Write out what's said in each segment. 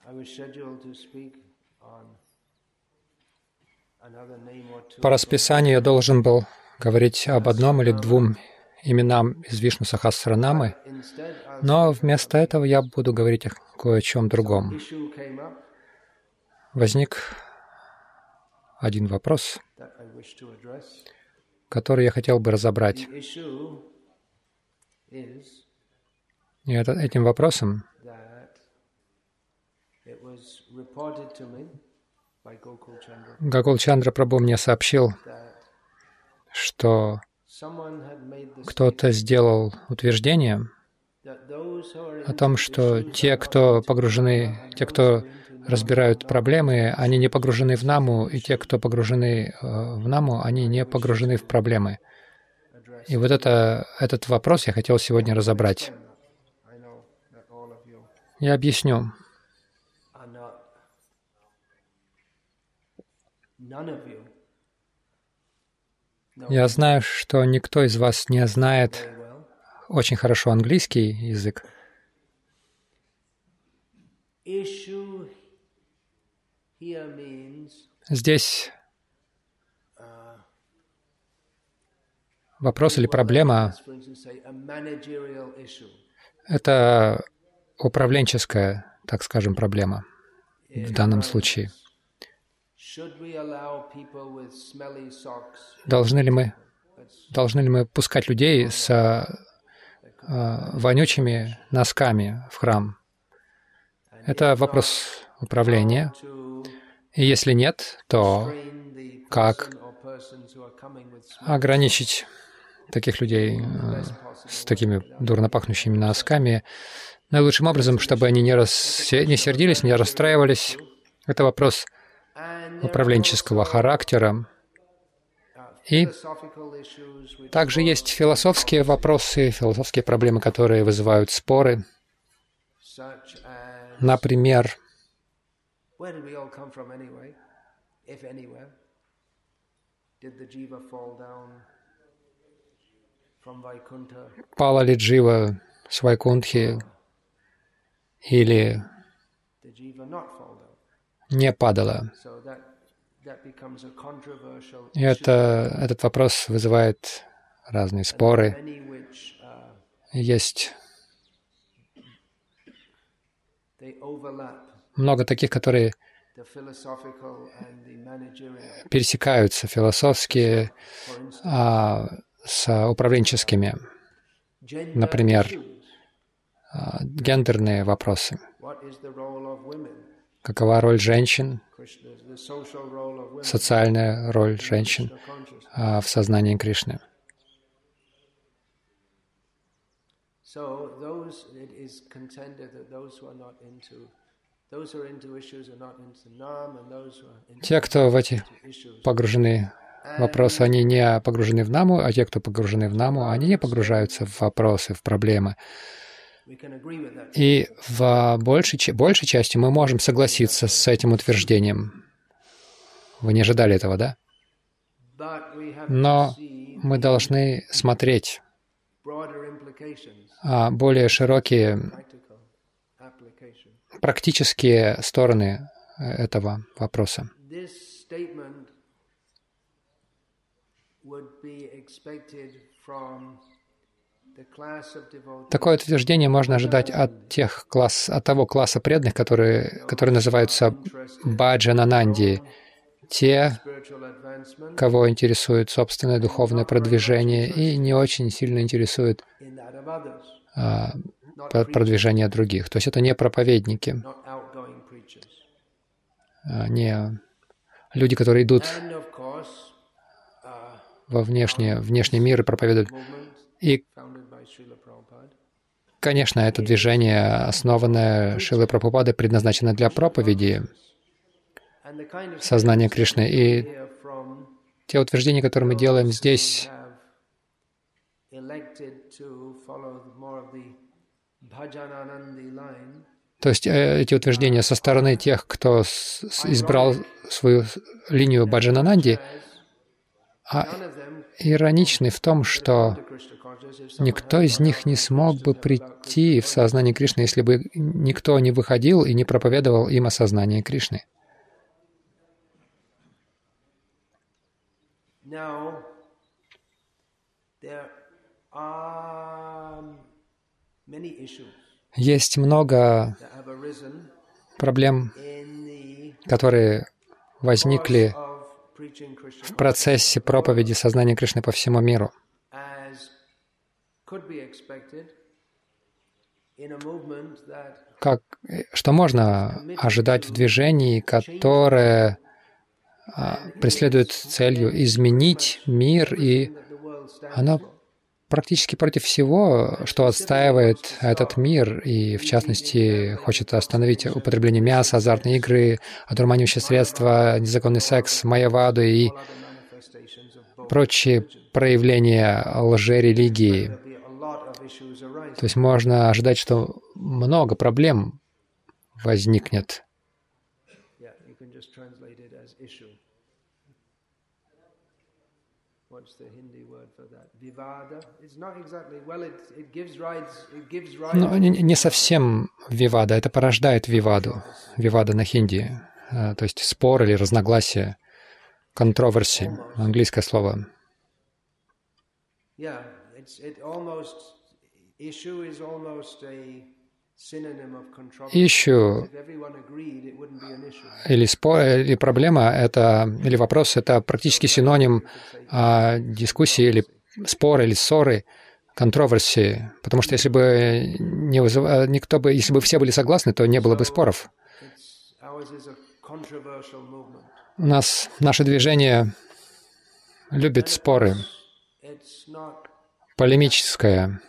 По расписанию я должен был говорить об одном или двум именам из Вишну Сахасранамы, но вместо этого я буду говорить о кое о чем другом. Возник один вопрос, который я хотел бы разобрать. И этим вопросом Гокул Чандра Прабху мне сообщил, что кто-то сделал утверждение о том, что те, кто разбирают проблемы, они не погружены в наму, и те, кто погружены в наму, они не погружены в проблемы. И вот этот вопрос я хотел сегодня разобрать. Я объясню. Я знаю, что никто из вас не знает очень хорошо английский язык. Здесь вопрос или проблема — это управленческая, так скажем, проблема в данном случае. Должны ли мы пускать людей с вонючими носками в храм? Это вопрос управления. И если нет, то как ограничить таких людей с такими дурно пахнущими носками наилучшим образом, чтобы они не сердились, не расстраивались? Это вопрос управленческого характера. И также есть философские вопросы, философские проблемы, которые вызывают споры. Например, пала ли джива с Вайкунтхи или не падала. И этот вопрос вызывает разные споры. Есть много таких, которые пересекаются философски с управленческими. Например, гендерные вопросы. Какова роль женщин, социальная роль женщин в сознании Кришны. Те, кто в эти погружены вопросы, они не погружены в наму, а те, кто погружены в наму, они не погружаются в вопросы, в проблемы. И в большей части мы можем согласиться с этим утверждением. Вы не ожидали этого, да? Но мы должны смотреть более широкие практические стороны этого вопроса. Такое утверждение можно ожидать от того класса преданных, которые называются баджанананди, те, кого интересует собственное духовное продвижение и не очень сильно интересует продвижение других. То есть это не проповедники, не люди, которые идут во внешний мир и проповедуют. И, конечно, это движение, основанное Шрилой Прабхупадой, предназначено для проповеди сознания Кришны. И те утверждения, которые мы делаем здесь, то есть эти утверждения со стороны тех, кто избрал свою линию Баджанананди, ироничны в том, что никто из них не смог бы прийти в сознание Кришны, если бы никто не выходил и не проповедовал им о сознании Кришны. Есть много проблем, которые возникли в процессе проповеди сознания Кришны по всему миру. Что можно ожидать в движении, которое преследует целью изменить мир, и оно практически против всего, что отстаивает этот мир, и, в частности, хочет остановить употребление мяса, азартные игры, одурманивающие средства, незаконный секс, майяваду и прочие проявления лжерелигии. То есть можно ожидать, что много проблем возникнет. Но не совсем вивада, это порождает виваду. Вивада на хинди, то есть спор или разногласие, controversy, английское слово. Issue или спор, или проблема, или вопрос — это практически синоним дискуссии или спора или ссоры, controversy, потому что если бы если бы все были согласны, то не было бы споров. Наше движение любит споры, полемическое.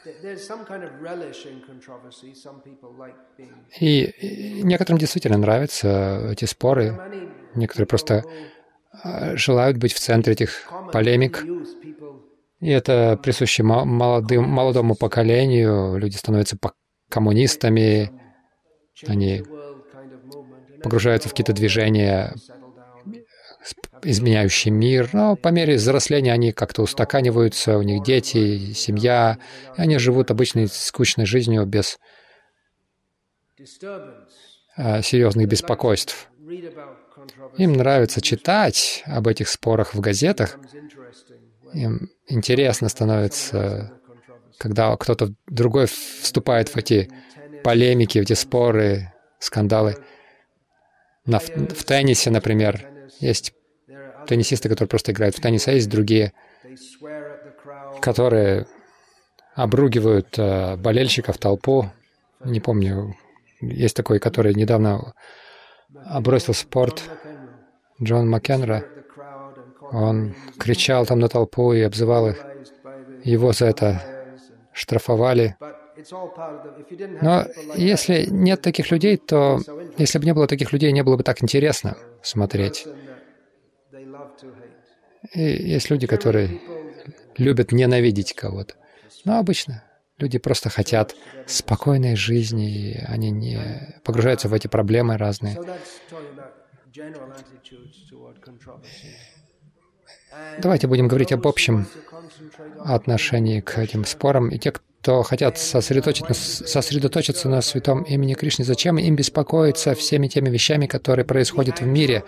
И некоторым действительно нравятся эти споры. Некоторые просто желают быть в центре этих полемик. И это присуще молодому поколению. Люди становятся коммунистами. Они погружаются в какие-то движения, изменяющие мир. Но по мере взросления они как-то устаканиваются, у них дети, семья. И они живут обычной скучной жизнью без серьезных беспокойств. Им нравится читать об этих спорах в газетах. Им интересно становится, когда кто-то другой вступает в эти полемики, в эти споры, скандалы. В теннисе, например, есть теннисисты, которые просто играют в теннис, а есть другие, которые обругивают болельщиков, толпу. Не помню, есть такой, который недавно бросил спорт, Джон Маккенра. Он кричал там на толпу и обзывал их. Его за это штрафовали. Но если нет таких людей, то если бы не было таких людей, не было бы так интересно смотреть. И есть люди, которые любят ненавидеть кого-то. Но обычно люди просто хотят спокойной жизни, и они не погружаются в эти проблемы разные. Давайте будем говорить об общем отношении к этим спорам. И те, кто хотят сосредоточиться на святом имени Кришны, зачем им беспокоиться всеми теми вещами, которые происходят в мире?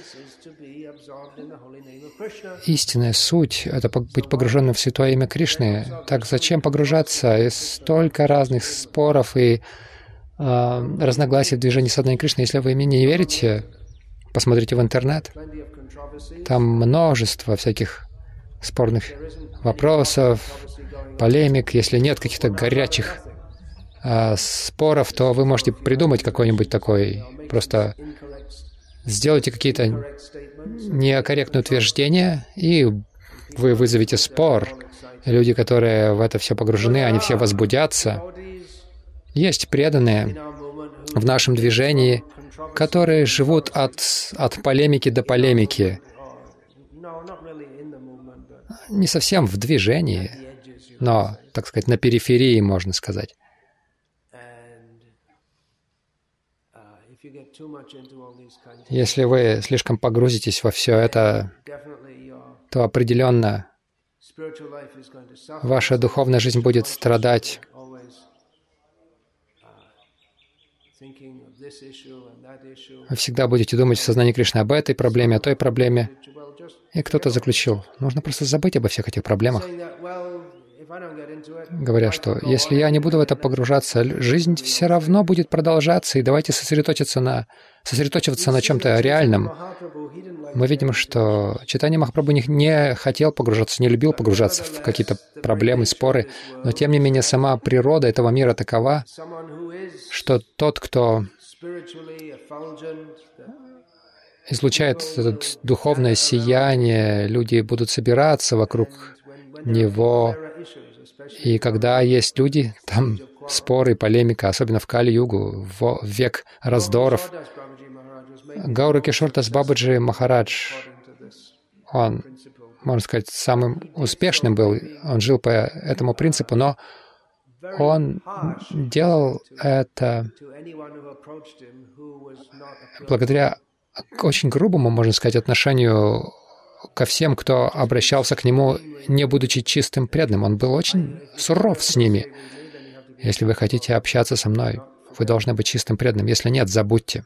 Истинная суть — это быть погруженным в святое имя Кришны. Так зачем погружаться? И столько разных споров и разногласий в движении сознания Кришны. Если вы мне не верите, посмотрите в интернет. Там множество всяких спорных вопросов, полемик. Если нет каких-то горячих споров, то вы можете придумать какой-нибудь такой, просто сделайте какие-то некорректные утверждения, и вы вызовете спор. Люди, которые в это все погружены, они все возбудятся. Есть преданные в нашем движении, которые живут от полемики до полемики. Не совсем в движении, но, так сказать, на периферии, можно сказать. Если вы слишком погрузитесь во все это, то определенно ваша духовная жизнь будет страдать. Вы всегда будете думать в сознании Кришны об этой проблеме, о той проблеме. И кто-то заключил, нужно просто забыть обо всех этих проблемах, говоря, что если я не буду в это погружаться, жизнь все равно будет продолжаться, и давайте сосредоточиваться на чем-то реальном. Мы видим, что Чайтанья Махапрабху не хотел погружаться, не любил погружаться в какие-то проблемы, споры, но тем не менее сама природа этого мира такова, что тот, кто излучает это духовное сияние, люди будут собираться вокруг него. И когда есть люди, там споры, полемика, особенно в Кали-югу, в век раздоров. Гаура Кишор Дас Бабаджи Махарадж, он, можно сказать, самым успешным был, он жил по этому принципу, но он делал это благодаря очень грубому, можно сказать, отношению ко всем, кто обращался к нему, не будучи чистым преданным. Он был очень суров с ними. Если вы хотите общаться со мной, вы должны быть чистым преданным. Если нет, забудьте.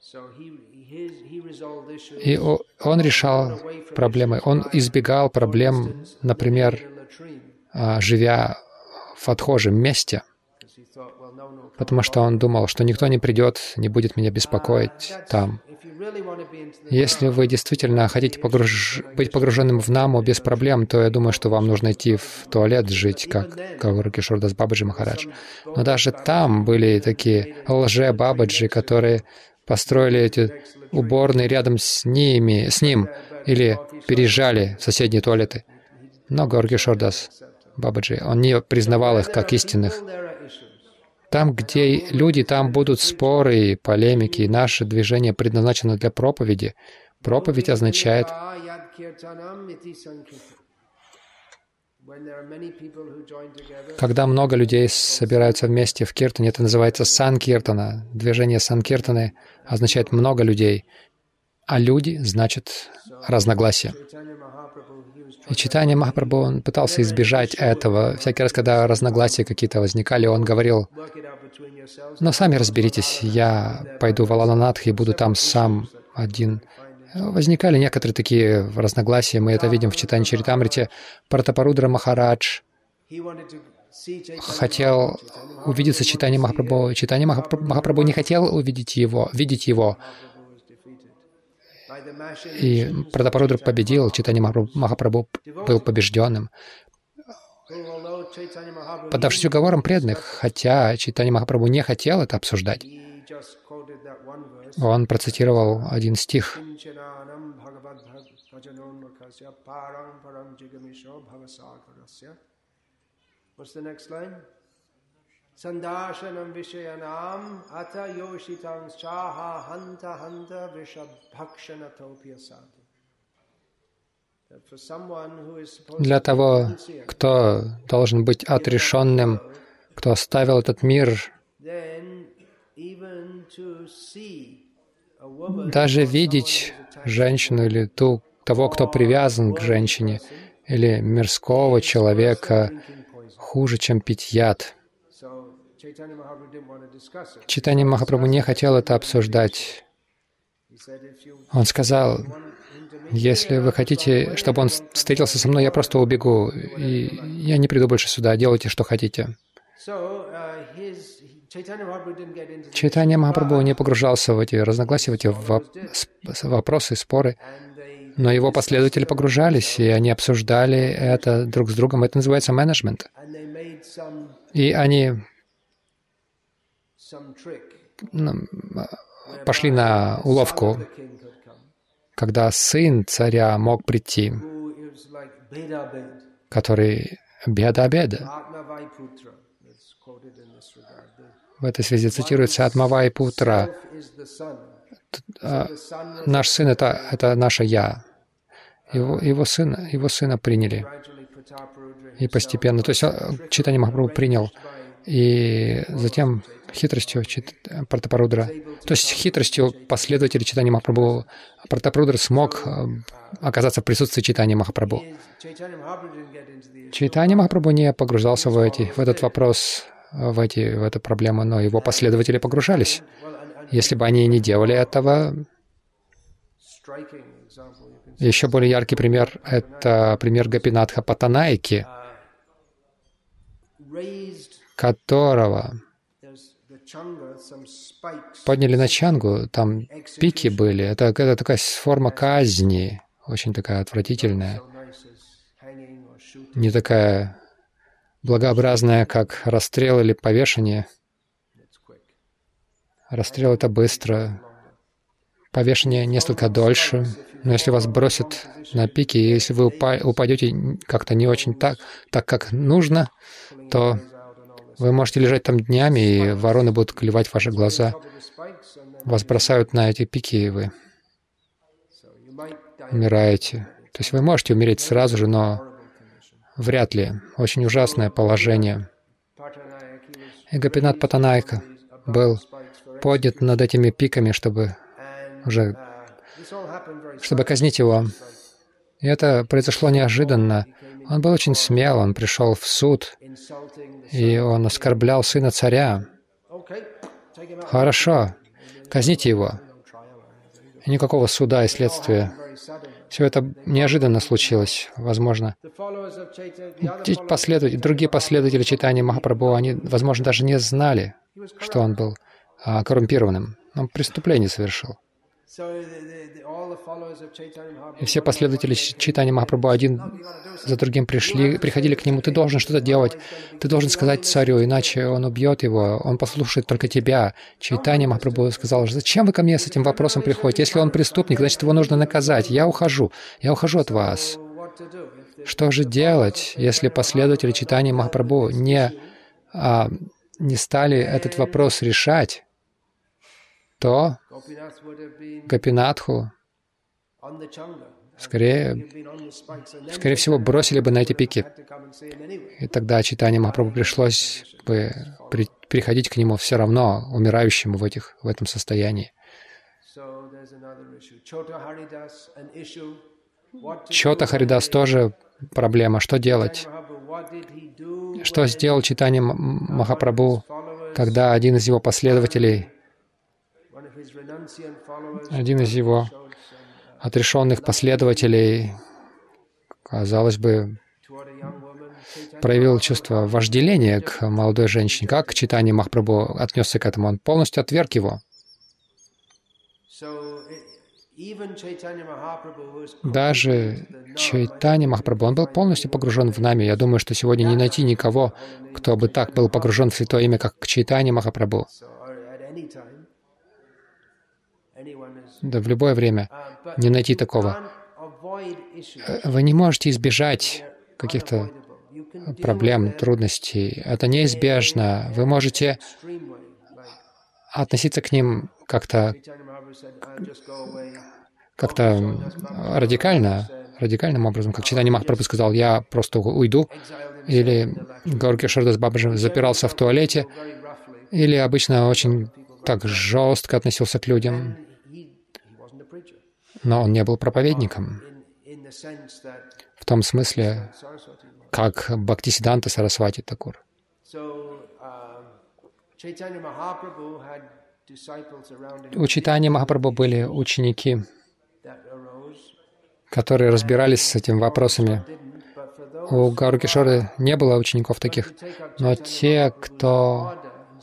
И он решал проблемы. Он избегал проблем, например, живя в отхожем месте, потому что он думал, что никто не придет, не будет меня беспокоить там. Если вы действительно хотите быть погруженным в наму без проблем, то я думаю, что вам нужно идти в туалет жить, как Гаура Кишор Дас Бабаджи Махарадж. Но даже там были такие лже-бабаджи, которые построили эти уборные рядом с ним или переезжали в соседние туалеты. Но Гаура Кишор Дас Бабаджи, он не признавал их как истинных. Там, где люди, там будут споры и полемики. Наше движение предназначено для проповеди. Проповедь означает, когда много людей собираются вместе в киртане, это называется санкиртана. Движение санкиртаны означает много людей, а люди значит разногласия. И Чайтанья Махапрабху, он пытался избежать этого. Всякий раз, когда разногласия какие-то возникали, он говорил: «Но сами разберитесь, я пойду в Алананатх и буду там сам один». Возникали некоторые такие разногласия, мы это видим в Чайтанья Чаритамрите. Пратапарудра Махарадж хотел увидеться с Чайтаньей Махапрабху. Чайтанья Махапрабху не хотел видеть его. И Пратапарудра победил, Чайтанья Махапрабху был побежденным. Поддавшись уговорам преданных, хотя Чайтанья Махапрабху не хотел это обсуждать, он процитировал один стих. Сандаршанам вишаянам ата йошитам чаха ханта ханта вишабхакшанатопья саду. Для того, кто должен быть отрешенным, кто оставил этот мир, даже видеть женщину или того, кто привязан к женщине, или мирского человека, хуже, чем пить яд. Чайтанья Махапрабху не хотел это обсуждать. Он сказал: если вы хотите, чтобы он встретился со мной, я просто убегу, и я не приду больше сюда, делайте, что хотите. Чайтанья Махапрабху не погружался в эти разногласия, в эти вопросы, споры, но его последователи погружались, и они обсуждали это друг с другом. Это называется менеджмент. И они пошли на уловку, когда сын царя мог прийти, который беда-беда. В этой связи цитируется Атмавайпутра. Наш сын — это наше «я». Его сына приняли. И постепенно, то есть Чайтанья Махапрабху принял. И затем хитростью Пратапарудра. То есть хитростью последователей Чайтаньи Махапрабху Пратапарудра смог оказаться в присутствии Чайтаньи Махапрабху. Чайтанья Махапрабху не погружался в этот вопрос, в эту проблему, но его последователи погружались. Если бы они не делали этого, еще более яркий пример — это пример Гопинатха Паттанайки, которого подняли на Чангу, там пики были. Это такая форма казни, очень такая отвратительная, не такая благообразная, как расстрел или повешение. Расстрел — это быстро, повешение несколько дольше. Но если вас бросят на пике, и если вы упадете как-то не очень так, как нужно, то вы можете лежать там днями, и вороны будут клевать ваши глаза. Вас бросают на эти пики, и вы умираете. То есть вы можете умереть сразу же, но вряд ли. Очень ужасное положение. И Гопинат Паттанайка был поднят над этими пиками, чтобы казнить его. И это произошло неожиданно. Он был очень смел, он пришел в суд, и он оскорблял сына царя. Хорошо, казните его. И никакого суда и следствия. Все это неожиданно случилось, возможно. Другие последователи Чайтаньи Махапрабху, они, возможно, даже не знали, что он был коррумпированным. Он преступление совершил. И все последователи Чайтаньи Махапрабху один за другим приходили к нему. Ты должен что-то делать. Ты должен сказать царю, иначе он убьет его. Он послушает только тебя. Чайтанья Махапрабху сказал: зачем вы ко мне с этим вопросом приходите? Если он преступник, значит, его нужно наказать. Я ухожу от вас. Что же делать, если последователи Чайтаньи Махапрабху не стали этот вопрос решать? То Гопинатху, скорее всего, бросили бы на эти пики. И тогда Чайтанье Махапрабху пришлось бы приходить к нему все равно, умирающему в этом состоянии. Чота Харидас тоже проблема. Что делать? Что сделал Чайтанья Махапрабху, когда один из его последователей, один из его отрешенных последователей, казалось бы, проявил чувство вожделения к молодой женщине? Как Чайтанья Махапрабху отнесся к этому? Он полностью отверг его. Даже Чайтанья Махапрабху, он был полностью погружен в нами. Я думаю, что сегодня не найти никого, кто бы так был погружен в святое имя, как Чайтанья Махапрабху. Да, в любое время не найти такого. Вы не можете избежать каких-то проблем, трудностей. Это неизбежно. Вы можете относиться к ним как-то радикальным образом. Как Чайтанья Махапрабху сказал: я просто уйду. Или Гаур Кишор Дас Бабаджи запирался в туалете. Или обычно очень так жестко относился к людям. Но он не был проповедником. В том смысле, как Бхактисиддханта Сарасвати Такур. У Чайтаньи Махапрабху были ученики, которые разбирались с этими вопросами. У Гаур Кишоры не было учеников таких, но те, кто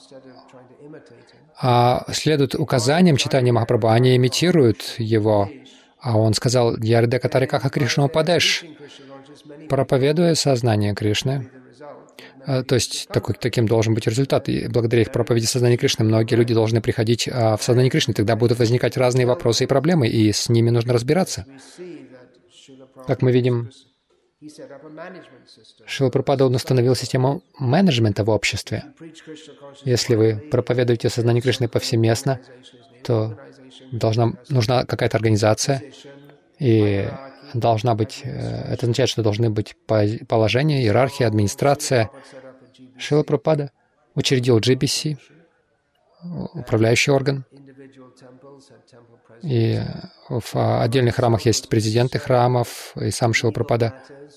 следуют указаниям Чайтаньи Махапрабху, они имитируют его. А он сказал: «Ярде Катарикаха Кришна Упадеш», проповедуя сознание Кришны. То есть таким должен быть результат. И благодаря их проповеди сознания Кришны многие люди должны приходить в сознание Кришны. Тогда будут возникать разные вопросы и проблемы, и с ними нужно разбираться. Как мы видим, Шрила Прабхупада установил систему менеджмента в обществе. Если вы проповедуете сознание Кришны повсеместно, то нужна какая-то организация, и должна быть, это означает, что должны быть положения, иерархия, администрация. Шрила Прабхупада учредил GBC, управляющий орган. И в отдельных храмах есть президенты храмов, и сам Шрила Прабхупада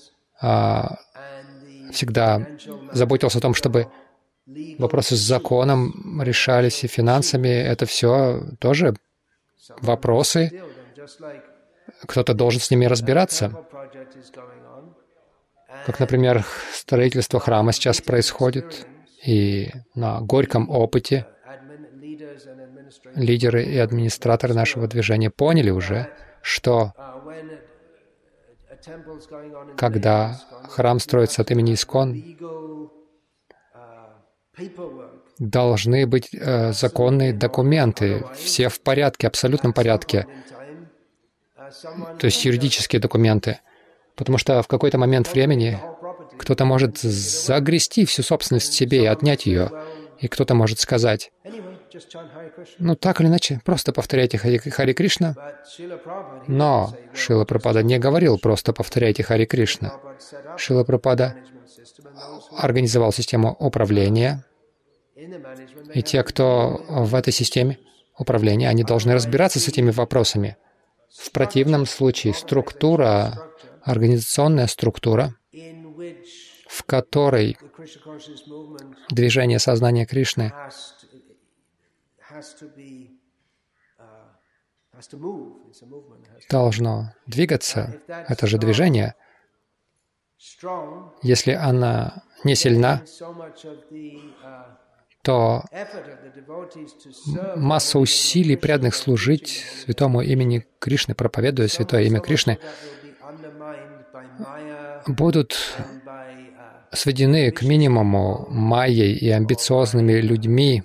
всегда заботился о том, чтобы вопросы с законом решались и финансами. Это все тоже вопросы. Кто-то должен с ними разбираться. Как, например, строительство храма сейчас происходит, и на горьком опыте лидеры и администраторы нашего движения поняли уже, что когда храм строится от имени Искон, должны быть законные документы, все в порядке, абсолютном порядке, то есть юридические документы. Потому что в какой-то момент времени кто-то может загрести всю собственность себе и отнять ее, и кто-то может сказать: ну, так или иначе, просто повторяйте Харе Кришна. Но Шрила Прабхупада не говорил «просто повторяйте Харе Кришна». Шрила Прабхупада организовал систему управления, и те, кто в этой системе управления, они должны разбираться с этими вопросами. В противном случае структура, организационная структура, в которой движение сознания Кришны должно двигаться, это же движение. Если она не сильна, то масса усилий преданных служить святому имени Кришны, проповедуя святое имя Кришны, будут сведены к минимуму майей и амбициозными людьми,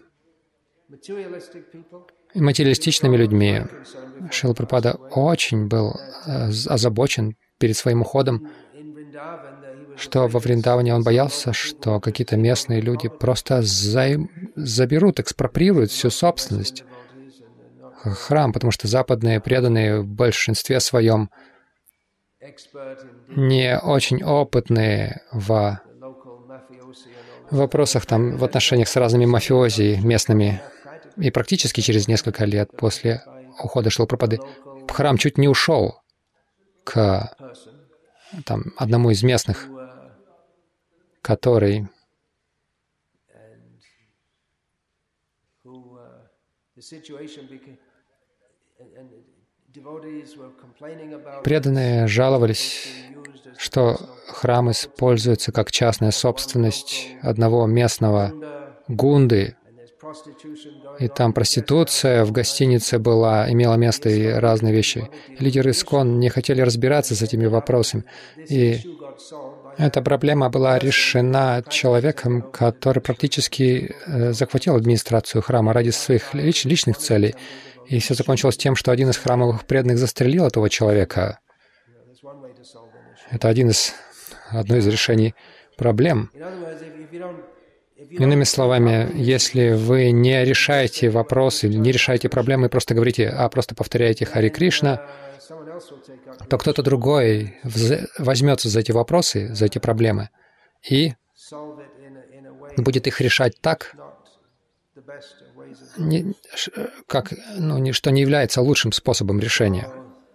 и материалистичными людьми. Шрила Прабхупада очень был озабочен перед своим уходом, что во Вриндаване он боялся, что какие-то местные люди просто заберут, экспроприируют всю собственность храм, потому что западные преданные в большинстве своем не очень опытные в вопросах, в отношениях с разными мафиози местными. И практически через несколько лет после ухода Шрилы Прабхупады храм чуть не ушел к одному из местных, который преданные жаловались, что храм используется как частная собственность одного местного гунды, и там проституция в гостинице имела место и разные вещи. Лидеры ИСККОН не хотели разбираться с этими вопросами. И эта проблема была решена человеком, который практически захватил администрацию храма ради своих личных целей. И все закончилось тем, что один из храмовых преданных застрелил этого человека. Это одно из решений проблем. Иными словами, если вы не решаете вопросы, не решаете проблемы, просто говорите, просто повторяете Харе Кришна, то кто-то другой возьмется за эти вопросы, за эти проблемы, и будет их решать так, что не является лучшим способом решения.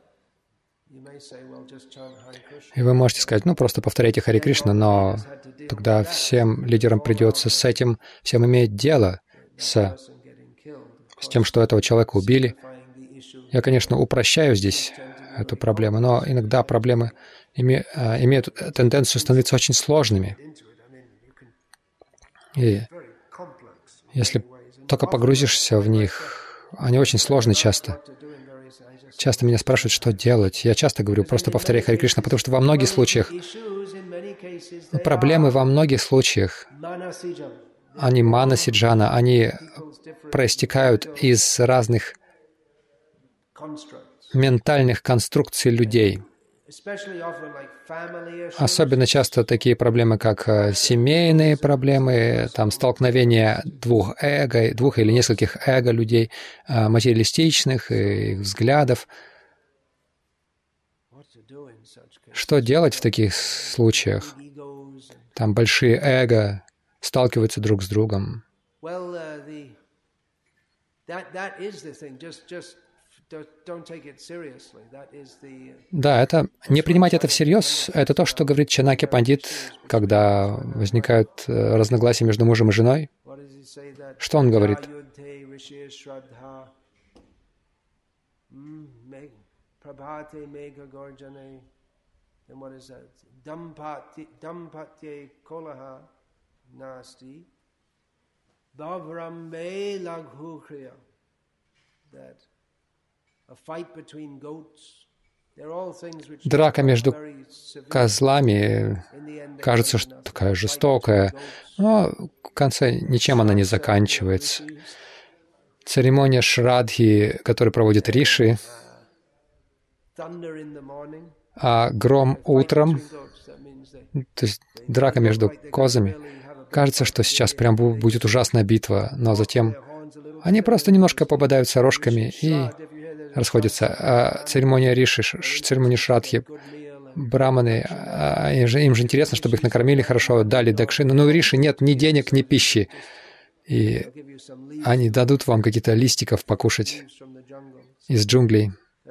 И вы можете сказать, просто повторяйте Харе Кришна, но тогда всем лидерам придется с этим, всем иметь дело с тем, что этого человека убили. Я, конечно, упрощаю здесь эту проблему, но иногда проблемы имеют тенденцию становиться очень сложными. И если только погрузишься в них, они очень сложны часто. Часто меня спрашивают, что делать. Я часто говорю, просто повторяй Харе Кришна, потому что во многих случаях, проблемы во многих случаях, они манасиджана, они проистекают из разных ментальных конструкций людей. Особенно часто такие проблемы, как семейные проблемы, столкновение двух или нескольких эго людей, материалистичных их взглядов. Что делать в таких случаях? Там большие эго сталкиваются друг с другом. Да, это не принимать это всерьез, это то, что говорит Чанакья Пандит, когда возникают разногласия между мужем и женой. Что он говорит? Драка между козлами кажется, что такая жестокая, но в конце ничем она не заканчивается. Церемония Шрадхи, которую проводит риши, а гром утром, то есть драка между козами, кажется, что сейчас прям будет ужасная битва, но затем они просто немножко пободаются рожками и расходятся. А церемония риши, церемония Шрадхи, браманы, им же интересно, чтобы их накормили хорошо, дали дакшину. Но у риши нет ни денег, ни пищи. И они дадут вам какие-то листиков покушать из джунглей.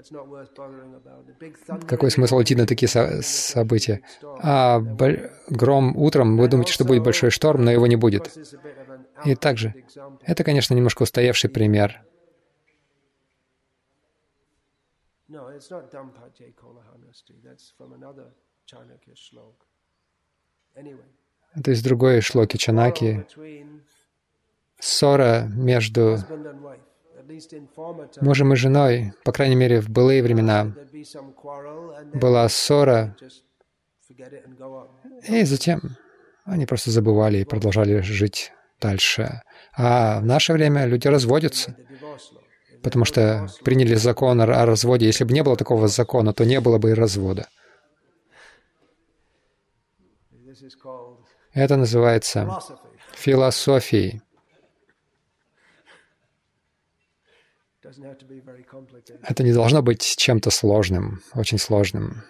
Какой смысл идти на такие события? А гром утром, вы думаете, что будет большой шторм, но его не будет. И также, это, конечно, немножко устоявший пример. Это из другой шлоки Чанаки. Ссора между мужем и женой, по крайней мере, в былые времена, была ссора, и затем они просто забывали и продолжали жить дальше. А в наше время люди разводятся, потому что приняли закон о разводе. Если бы не было такого закона, то не было бы и развода. Это называется философией. Это не должно быть чем-то сложным, очень сложным.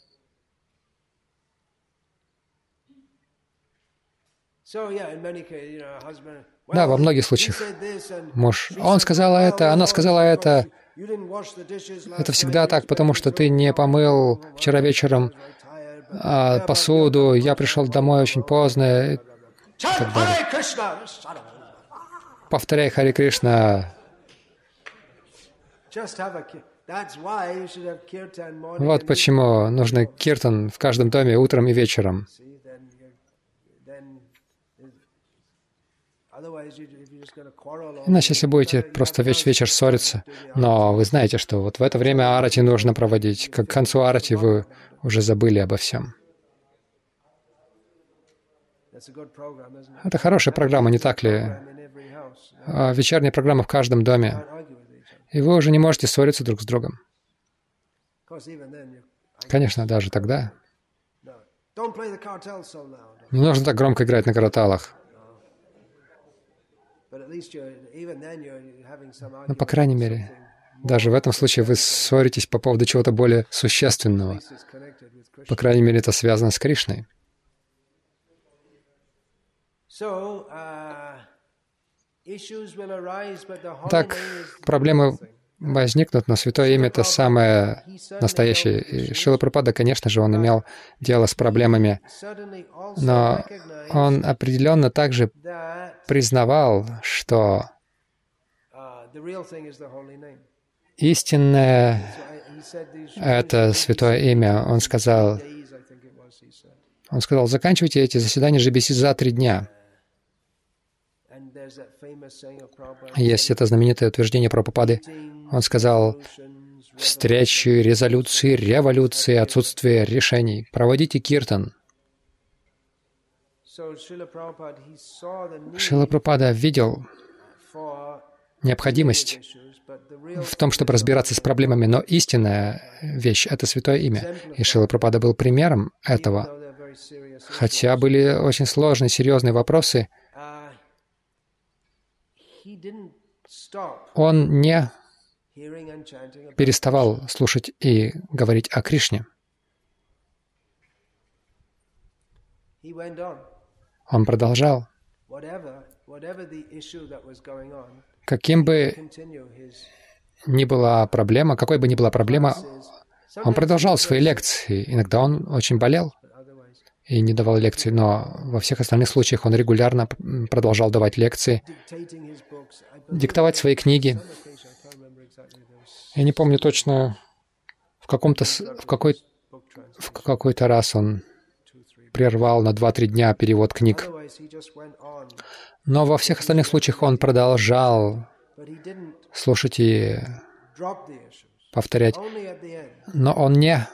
Да, во многих случаях муж, он сказал это, она сказала это. Это всегда так, потому что ты не помыл вчера вечером посуду, я пришел домой очень поздно. И так далее. Повторяй Харе Кришна. Вот почему нужно киртан в каждом доме утром и вечером. Иначе, если будете просто весь вечер ссориться, но вы знаете, что вот в это время арати нужно проводить. К концу арати вы уже забыли обо всем. Это хорошая программа, не так ли? Вечерняя программа в каждом доме. И вы уже не можете ссориться друг с другом. Конечно, даже тогда. Не нужно так громко играть на караталах. Но, по крайней мере, даже в этом случае вы ссоритесь по поводу чего-то более существенного. По крайней мере, это связано с Кришной. Так, проблемы возникнут, но Святое Имя — это самое настоящее. И Шрила Прабхупада, конечно же, он имел дело с проблемами, но он определенно также признавал, что истинное — это Святое Имя. Он сказал, заканчивайте эти заседания Джебеси за 3 дня. Есть это знаменитое утверждение Прабхупады. Он сказал, встречи, резолюции, революции, отсутствие решений. Проводите киртан. Шрила Прабхупада видел необходимость в том, чтобы разбираться с проблемами, но истинная вещь — это Святое Имя. И Шрила Прабхупада был примером этого. Хотя были очень сложные, серьезные вопросы, он не переставал слушать и говорить о Кришне. Он продолжал. каким бы ни была проблема, какой бы ни была проблема, он продолжал свои лекции. Иногда он очень болел и не давал лекции, но во всех остальных случаях он регулярно продолжал давать лекции, диктовать свои книги. Я не помню точно, в какой-то раз он прервал на 2-3 дня перевод книг. Но во всех остальных случаях он продолжал слушать и повторять. Но он не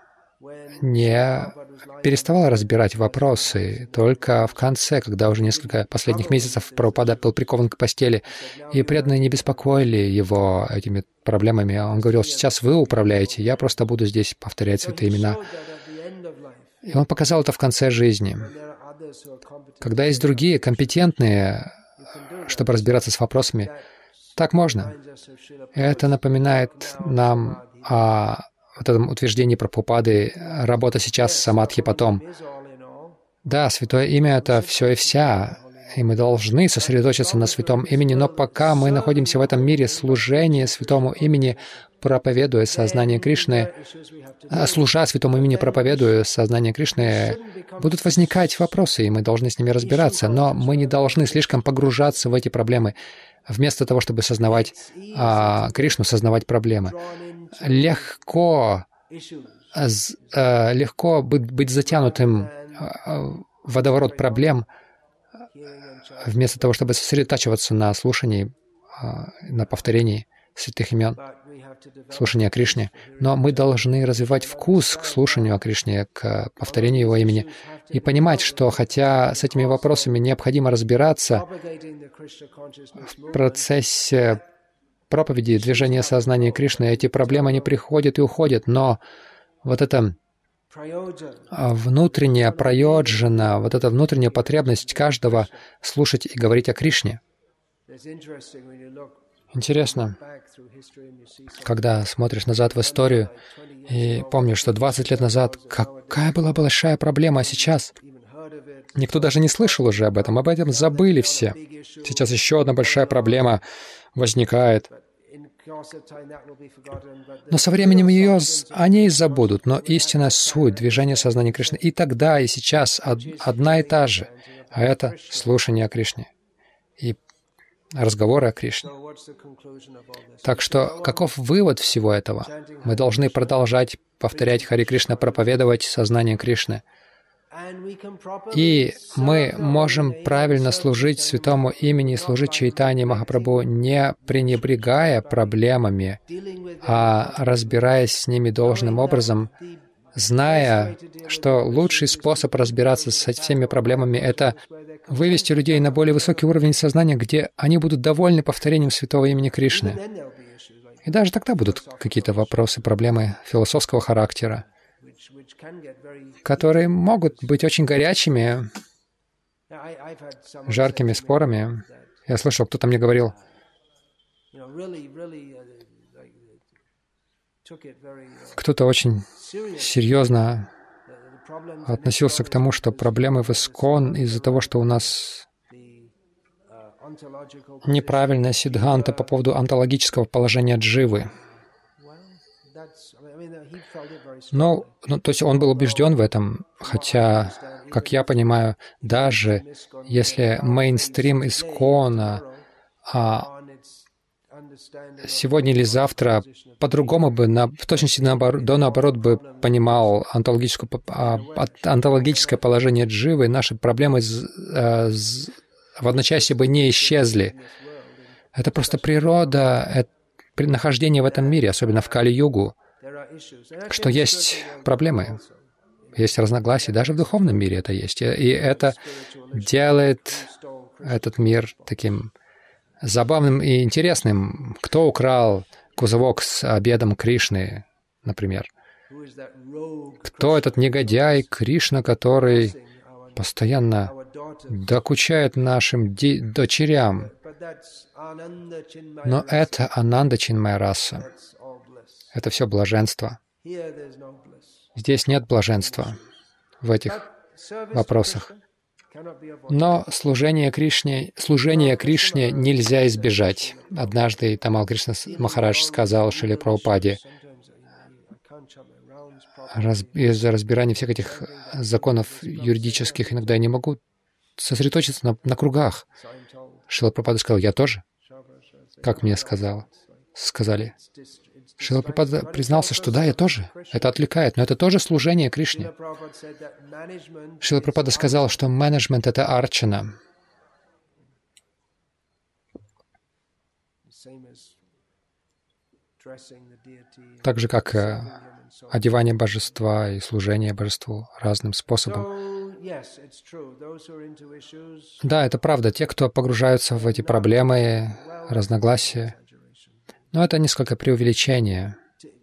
переставал разбирать вопросы. Только в конце, когда уже несколько последних месяцев Прабхупада был прикован к постели, и преданные не беспокоили его этими проблемами, он говорил: сейчас вы управляете, я просто буду здесь повторять святые имена. И он показал это в конце жизни. Когда есть другие компетентные, чтобы разбираться с вопросами, так можно. Это напоминает нам о вот этом утверждении Прабхупады: работа сейчас, самадхи потом. Да, святое имя — это все и вся, и мы должны сосредоточиться на святом имени, но пока мы находимся в этом мире, служение святому имени, проповедуя сознание Кришны, служа святому имени, проповедуя сознание Кришны, будут возникать вопросы, и мы должны с ними разбираться, но мы не должны слишком погружаться в эти проблемы, вместо того, чтобы сознавать Кришну, сознавать проблемы. Легко быть затянутым в водоворот проблем, вместо того, чтобы сосредотачиваться на слушании, на повторении святых имен, слушании о Кришне. Но мы должны развивать вкус к слушанию о Кришне, к повторению Его имени, и понимать, что хотя с этими вопросами необходимо разбираться в процессе проповеди, движения сознания Кришны, эти проблемы, они приходят и уходят, но вот эта внутренняя прайоджана, вот эта внутренняя потребность каждого слушать и говорить о Кришне. Интересно, когда смотришь назад в историю и помнишь, что 20 лет назад какая была большая проблема, а сейчас никто даже не слышал уже об этом забыли все. Сейчас еще одна большая проблема возникает. Но со временем о ней забудут, но истинная суть движения сознания Кришны и тогда, и сейчас одна и та же, а это слушание о Кришне и разговоры о Кришне. Так что, каков вывод всего этого? Мы должны продолжать повторять Хари Кришна, проповедовать сознание Кришны. И мы можем правильно служить святому имени, служить Чайтанье Махапрабху, не пренебрегая проблемами, а разбираясь с ними должным образом, зная, что лучший способ разбираться со всеми проблемами — это вывести людей на более высокий уровень сознания, где они будут довольны повторением святого имени Кришны. И даже тогда будут какие-то вопросы, проблемы философского характера, которые могут быть очень горячими, жаркими спорами. Я слышал, кто-то мне говорил, кто-то очень серьезно относился к тому, что проблемы в ИСККОН из-за того, что у нас неправильная сиддханта по поводу онтологического положения дживы. То есть он был убежден в этом, хотя, как я понимаю, даже если мейнстрим ИСККОНа сегодня или завтра по-другому бы, в точности наоборот бы понимал онтологическое положение дживы, наши проблемы в одночасье бы не исчезли. Это просто природа нахождения в этом мире, особенно в Кали-югу, что есть проблемы, есть разногласия, даже в духовном мире это есть. И это делает этот мир таким забавным и интересным. Кто украл кузовок с обедом Кришны, например? Кто этот негодяй Кришна, который постоянно докучает нашим дочерям? Но это Ананда Чинмая раса. Это все блаженство. Здесь нет блаженства в этих вопросах. Но служение Кришне нельзя избежать. Однажды Тамал Кришна Махарадж сказал Шриле Прабхупаде, из-за разбирания всех этих законов юридических иногда я не могу сосредоточиться на кругах. Шрила Прабхупада сказал, я тоже, как мне сказали. Шрила Прабхупада признался, что да, я тоже. Это отвлекает, но это тоже служение Кришне. Шрила Прабхупада сказал, что менеджмент — это арчана. Так же, как одевание божества и служение божеству разным способом. Да, это правда. Те, кто погружаются в эти проблемы, разногласия, но это несколько преувеличение.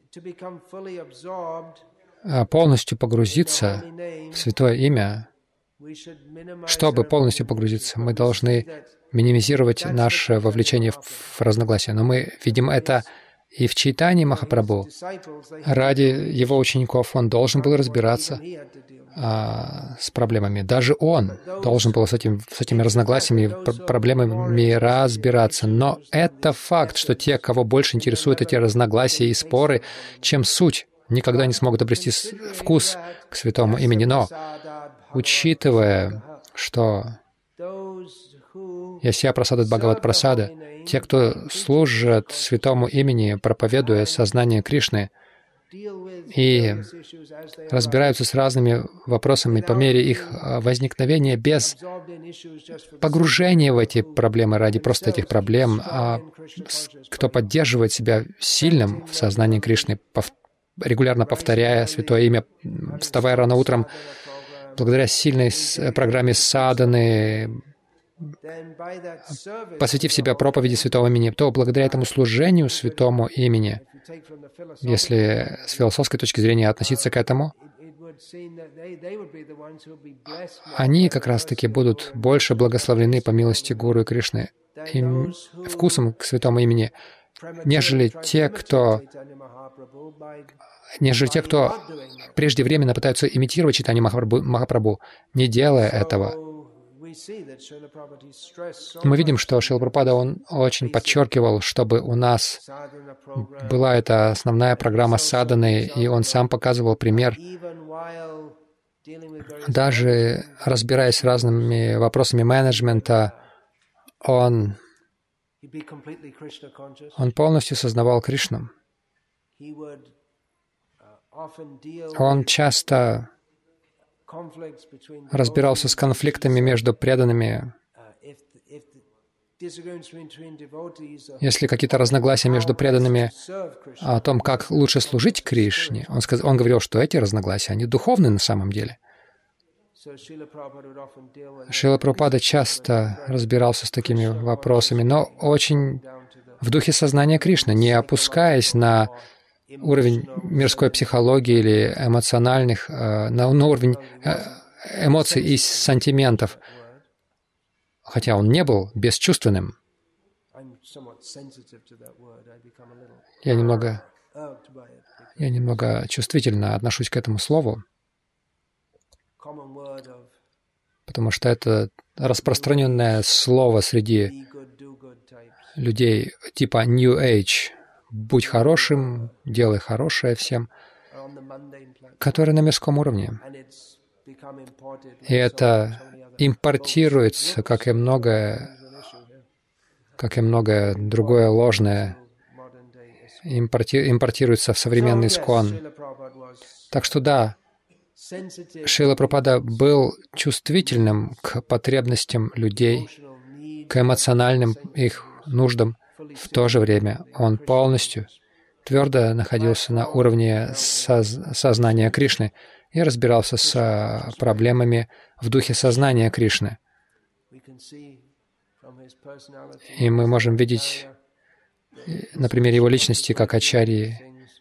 Полностью погрузиться в Святое Имя, чтобы полностью погрузиться, мы должны минимизировать наше вовлечение в разногласия. Но мы видим это и в Чайтанье Махапрабху. Ради его учеников он должен был разбираться с проблемами. Даже он должен был с этими разногласиями, проблемами разбираться. Но это факт, что те, кого больше интересуют эти разногласия и споры, чем суть, никогда не смогут обрести вкус к святому имени. Но, учитывая, что Ясья Прасадат Бхагават Прасада, те, кто служат святому имени, проповедуя сознание Кришны, и разбираются с разными вопросами по мере их возникновения без погружения в эти проблемы ради просто этих проблем, а кто поддерживает себя сильным в сознании Кришны, регулярно повторяя святое имя, вставая рано утром, благодаря сильной программе садханы, посвятив себя проповеди святого имени, то благодаря этому служению святому имени, если с философской точки зрения относиться к этому, они как раз-таки будут больше благословлены по милости Гуру и Кришны и вкусом к святому имени, нежели те, кто преждевременно пытаются имитировать читание Махапрабху, не делая этого. Мы видим, что Шрила Прабхупада, он очень подчеркивал, чтобы у нас была эта основная программа садханы, и он сам показывал пример. Даже разбираясь с разными вопросами менеджмента, он полностью сознавал Кришну. Он часто разбирался с конфликтами между преданными. Если какие-то разногласия между преданными о том, как лучше служить Кришне, он говорил, что эти разногласия, они духовны на самом деле. Шрила Прабхупада часто разбирался с такими вопросами, но очень в духе сознания Кришны, не опускаясь на уровень мирской психологии или эмоциональных, на уровень эмоций и сантиментов, хотя он не был бесчувственным. Я немного чувствительно отношусь к этому слову, потому что это распространенное слово среди людей типа New Age. «Будь хорошим, делай хорошее всем», которые на мирском уровне. И это импортируется, как и многое другое ложное, импортируется в современный искон. Так что да, Шрила Прабхупада был чувствительным к потребностям людей, к эмоциональным их нуждам. В то же время он полностью твердо находился на уровне сознания Кришны и разбирался с проблемами в духе сознания Кришны. И мы можем видеть на примере его личности, как ачарьи,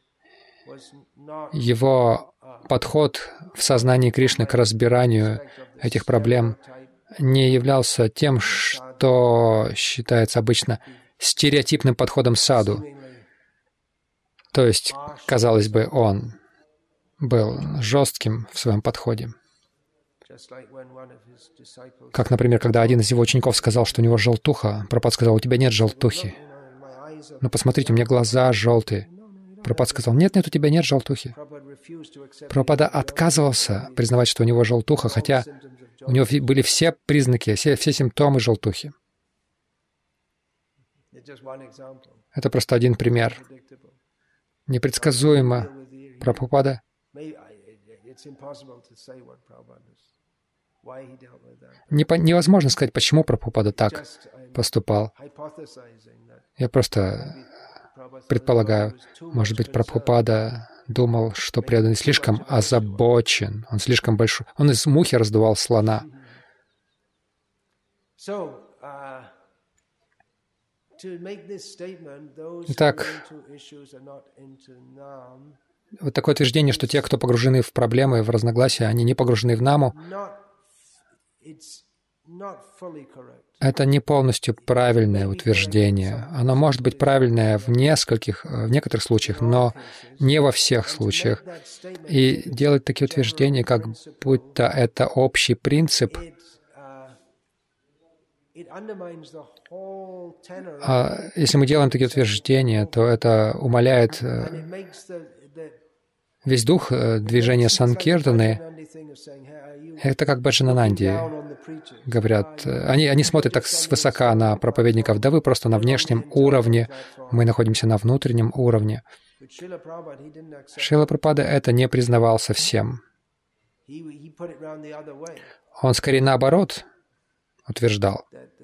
его подход в сознании Кришны к разбиранию этих проблем не являлся тем, что считается обычно стереотипным подходом саду. То есть, казалось бы, он был жестким в своем подходе. Как, например, когда один из его учеников сказал, что у него желтуха, Прабхупада сказал: у тебя нет желтухи. Ну, посмотрите, у меня глаза желтые. Прабхупада сказал: нет, у тебя нет желтухи. Прабхупада отказывался признавать, что у него желтуха, хотя у него были все признаки, все симптомы желтухи. Это просто один пример. Непредсказуемо. Прабхупада невозможно сказать, почему Прабхупада так поступал. Я просто предполагаю, может быть, Прабхупада думал, что преданный слишком озабочен, он слишком большой. Он из мухи раздувал слона. Итак, вот такое утверждение, что те, кто погружены в проблемы, в разногласия, они не погружены в наму, это не полностью правильное утверждение. Оно может быть правильное в некоторых случаях, но не во всех случаях. И делать такие утверждения, как будто это общий принцип, если мы делаем такие утверждения, то это умаляет весь дух движения Санкиртаны. Это как Баджанананди говорят. Они смотрят так свысока на проповедников. Да вы просто на внешнем уровне, мы находимся на внутреннем уровне. Шрила Прабхупада это не признавал совсем. Он скорее наоборот утверждал.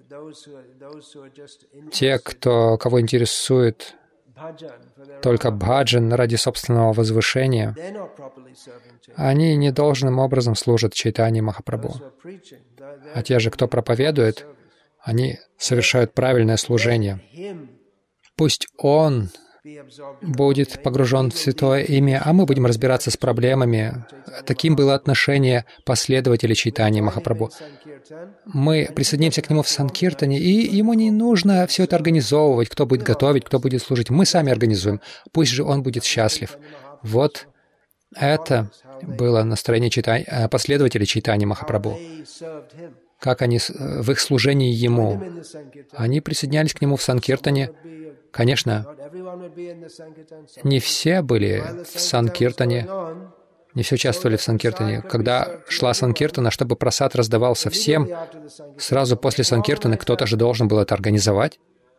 Те, кого интересует только бхаджан ради собственного возвышения, они недолжным образом служат Чайтанье Махапрабху. А те же, кто проповедует, они совершают правильное служение. Пусть он будет погружен в святое имя, а мы будем разбираться с проблемами. Таким было отношение последователей Чайтаньи Махапрабху. Мы присоединимся к нему в Санкиртане, и ему не нужно все это организовывать, кто будет готовить, кто будет служить. Мы сами организуем. Пусть же он будет счастлив. Вот это было настроение последователей Чайтаньи Махапрабху. Как они в их служении ему. Они присоединялись к нему в Санкиртане. Конечно, не все были в Санкиртане, не все участвовали в Санкиртане. Когда шла Санкиртана, чтобы прасад раздавался всем, сразу после Санкиртаны кто-то же должен был это организовать.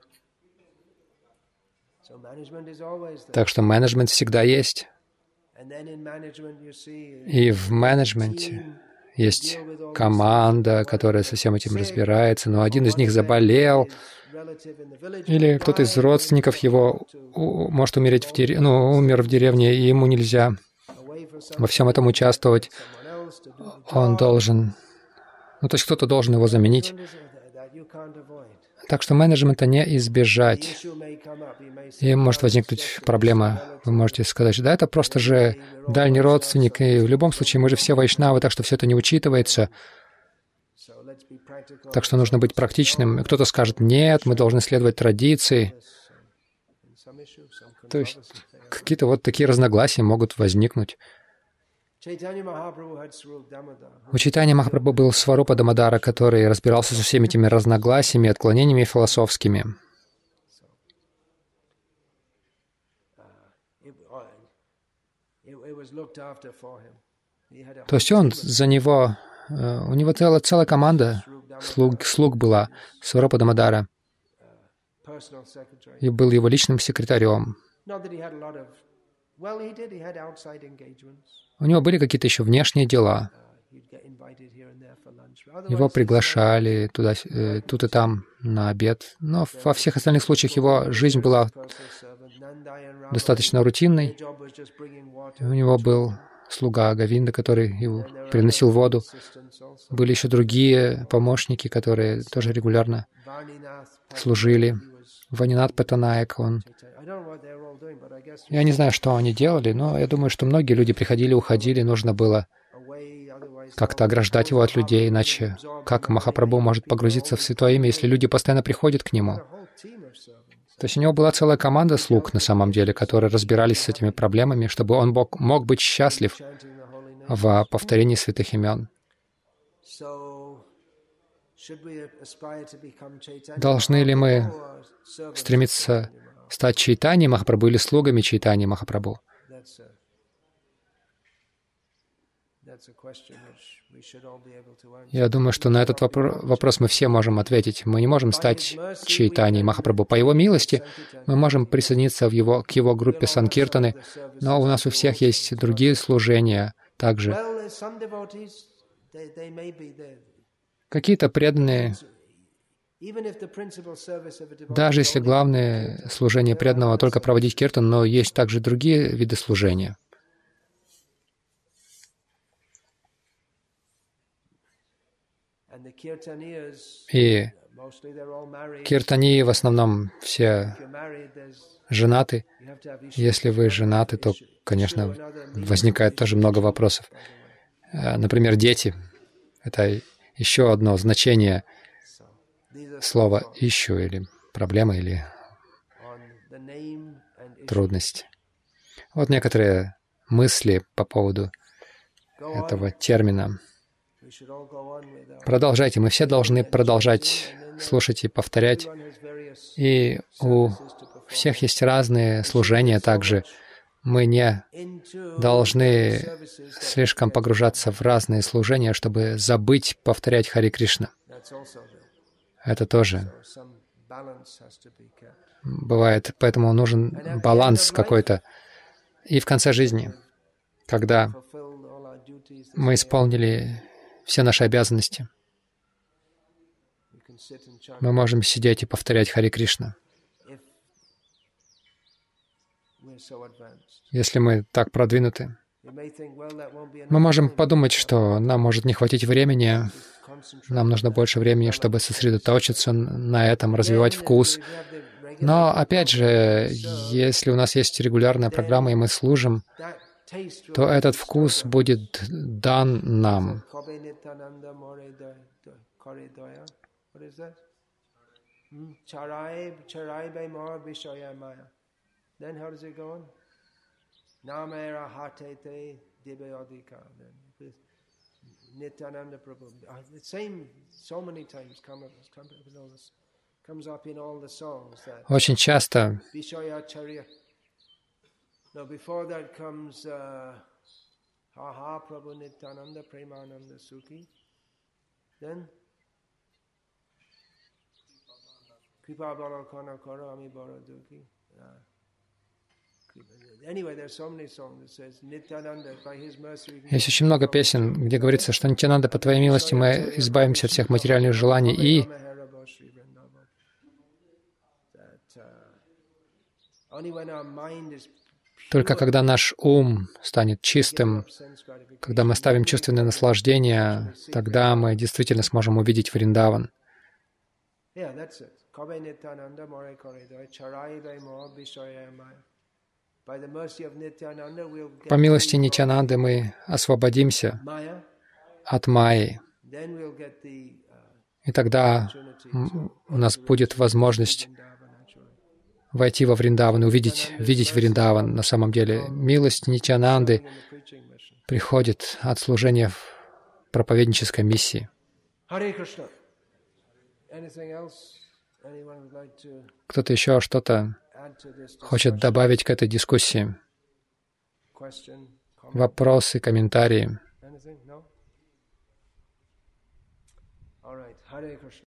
Так что менеджмент всегда есть. И в менеджменте есть команда, которая со всем этим разбирается, но один из них заболел, или кто-то из родственников его может умереть умер в деревне, и ему нельзя во всем этом участвовать. Он должен, то есть кто-то должен его заменить. Так что менеджмента не избежать. И может возникнуть проблема. Вы можете сказать, да, это просто же дальний родственник, и в любом случае мы же все вайшнавы, так что все это не учитывается. Так что нужно быть практичным. И кто-то скажет, нет, мы должны следовать традиции. То есть какие-то вот такие разногласия могут возникнуть. У Чайтаньи Махапрабху был Сварупа Дамодара, который разбирался со всеми этими разногласиями, отклонениями философскими. То есть он за него, у него целая команда слуг была, Сварупа Дамодара, и был его личным секретарем. У него были какие-то еще внешние дела. Его приглашали туда, тут и там на обед. Но во всех остальных случаях его жизнь была достаточно рутинной. У него был слуга Говинда, который приносил воду. Были еще другие помощники, которые тоже регулярно служили. Ванинат Патанаек, Я не знаю, что они делали, но я думаю, что многие люди приходили, уходили, нужно было как-то ограждать его от людей, иначе как Махапрабху может погрузиться в святое имя, если люди постоянно приходят к нему? То есть у него была целая команда слуг, на самом деле, которые разбирались с этими проблемами, чтобы он мог быть счастлив в повторении святых имен. Должны ли мы стремиться стать Чайтаньей Махапрабху или слугами Чайтаньи Махапрабху? Я думаю, что на этот вопрос мы все можем ответить. Мы не можем стать Чайтаньей Махапрабху. По Его милости мы можем присоединиться к Его группе Санкиртаны, но у нас у всех есть другие служения также. Какие-то преданные, даже если главное служение преданного только проводить киртан, но есть также другие виды служения. И киртании в основном все женаты. Если вы женаты, то, конечно, возникает тоже много вопросов. Например, дети. Это еще одно значение слова «ищу» или проблема, или трудность. Вот некоторые мысли по поводу этого термина. Продолжайте. Мы все должны продолжать слушать и повторять. И у всех есть разные служения также. Мы не должны слишком погружаться в разные служения, чтобы забыть повторять Хари Кришна. Это тоже бывает, поэтому нужен баланс какой-то. И в конце жизни, когда мы исполнили все наши обязанности, мы можем сидеть и повторять Хари Кришна. Если мы так продвинуты, мы можем подумать, что нам может не хватить времени, нам нужно больше времени, чтобы сосредоточиться на этом, развивать вкус. Но, опять же, если у нас есть регулярная программа, и мы служим, то этот вкус будет дан нам. Nityananda Prabhu. The same so many times comes up in all the songs. Очень часто Now before that comes Ha Prabhu Nityananda Premananda Sukhi. Then Kripa Bala Kana Kara Ami Bara Dukhi. Есть очень много песен, где говорится, что Нитьянанда, по Твоей милости мы избавимся от всех материальных желаний, и только когда наш ум станет чистым, когда мы ставим чувственное наслаждение, тогда мы действительно сможем увидеть Вриндаван. По милости Нитьянанды мы освободимся от майи, и тогда у нас будет возможность войти во Вриндаван, видеть Вриндаван на самом деле. Милость Нитьянанды приходит от служения в проповеднической миссии. Кто-то еще что-то хочет добавить к этой дискуссии? Вопросы, комментарии?